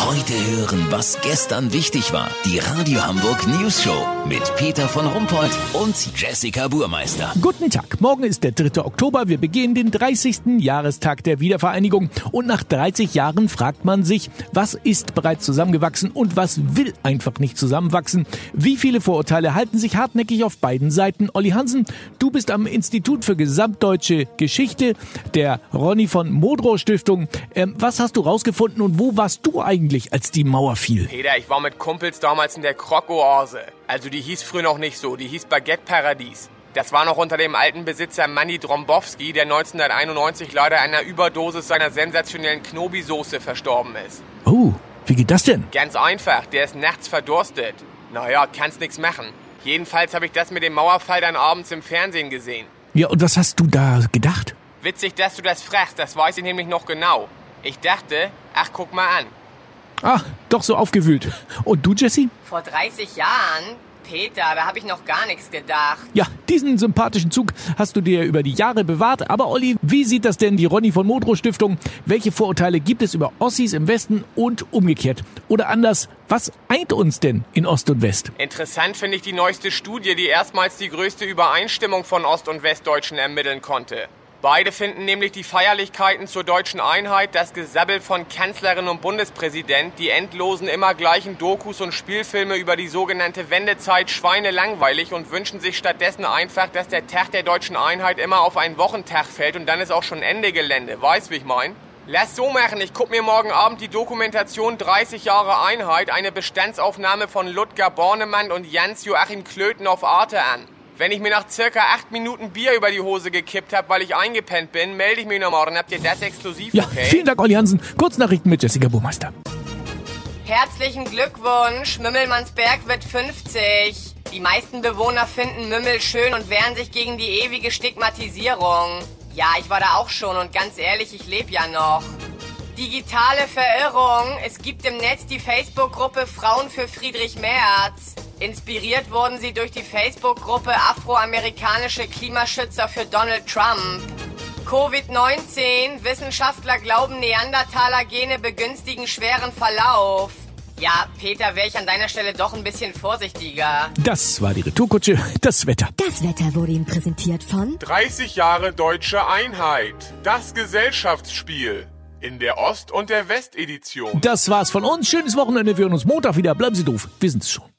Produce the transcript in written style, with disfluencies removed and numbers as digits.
Heute hören, was gestern wichtig war. Die Radio Hamburg News Show mit Peter von Rumpold und Jessica Burmeister. Guten Tag, morgen ist der 3. Oktober. Wir begehen den 30. Jahrestag der Wiedervereinigung. Und nach 30 Jahren fragt man sich, was ist bereits zusammengewachsen und was will einfach nicht zusammenwachsen? Wie viele Vorurteile halten sich hartnäckig auf beiden Seiten? Olli Hansen, du bist am Institut für Gesamtdeutsche Geschichte der Ronny von Modrow Stiftung. Was hast du rausgefunden und wo warst du eigentlich, als die Mauer fiel? Peter, ich war mit Kumpels damals in der Krokoase. Also die hieß früher noch nicht so, die hieß Baguette Paradies. Das war noch unter dem alten Besitzer Manny Drombowski, der 1991 leider an einer Überdosis seiner sensationellen Knobi-Soße verstorben ist. Oh, wie geht das denn? Ganz einfach, der ist nachts verdurstet. Naja, kannst nix machen. Jedenfalls habe ich das mit dem Mauerfall dann abends im Fernsehen gesehen. Ja, und was hast du da gedacht? Witzig, dass du das fragst, das weiß ich nämlich noch genau. Ich dachte, ach, guck mal an. Ah, doch so aufgewühlt. Und du, Jessie? Vor 30 Jahren? Peter, da habe ich noch gar nichts gedacht. Ja, diesen sympathischen Zug hast du dir über die Jahre bewahrt. Aber Olli, wie sieht das denn die Ronny von Modrow Stiftung? Welche Vorurteile gibt es über Ossis im Westen und umgekehrt? Oder anders, was eint uns denn in Ost und West? Interessant finde ich die neueste Studie, die erstmals die größte Übereinstimmung von Ost- und Westdeutschen ermitteln konnte. Beide finden nämlich die Feierlichkeiten zur deutschen Einheit, das Gesabbel von Kanzlerin und Bundespräsident, die endlosen immer gleichen Dokus und Spielfilme über die sogenannte Wendezeit schweinelangweilig und wünschen sich stattdessen einfach, dass der Tag der deutschen Einheit immer auf einen Wochentag fällt und dann ist auch schon Ende Gelände. Weißt, wie ich mein? Lass so machen, ich guck mir morgen Abend die Dokumentation 30 Jahre Einheit, eine Bestandsaufnahme von Ludger Bornemann und Jans-Joachim Klöten auf Arte an. Wenn ich mir nach circa 8 Minuten Bier über die Hose gekippt habe, weil ich eingepennt bin, melde ich mich noch morgen. Habt ihr das exklusiv, Ja, okay? vielen Dank, Olli Hansen. Kurznachrichten mit Jessica Burmeister. Herzlichen Glückwunsch, Mümmelmannsberg wird 50. Die meisten Bewohner finden Mümmel schön und wehren sich gegen die ewige Stigmatisierung. Ja, ich war da auch schon und ganz ehrlich, ich lebe ja noch. Digitale Verirrung. Es gibt im Netz die Facebook-Gruppe Frauen für Friedrich Merz. Inspiriert wurden sie durch die Facebook-Gruppe Afroamerikanische Klimaschützer für Donald Trump. Covid-19. Wissenschaftler glauben, Neandertaler-Gene begünstigen schweren Verlauf. Ja, Peter, wäre ich an deiner Stelle doch ein bisschen vorsichtiger. Das war die Retourkutsche, das Wetter. Das Wetter wurde Ihnen präsentiert von 30 Jahre Deutsche Einheit. Das Gesellschaftsspiel. In der Ost- und der Westedition. Das war's von uns. Schönes Wochenende. Wir hören uns Montag wieder. Bleiben Sie doof. Wir sind's schon.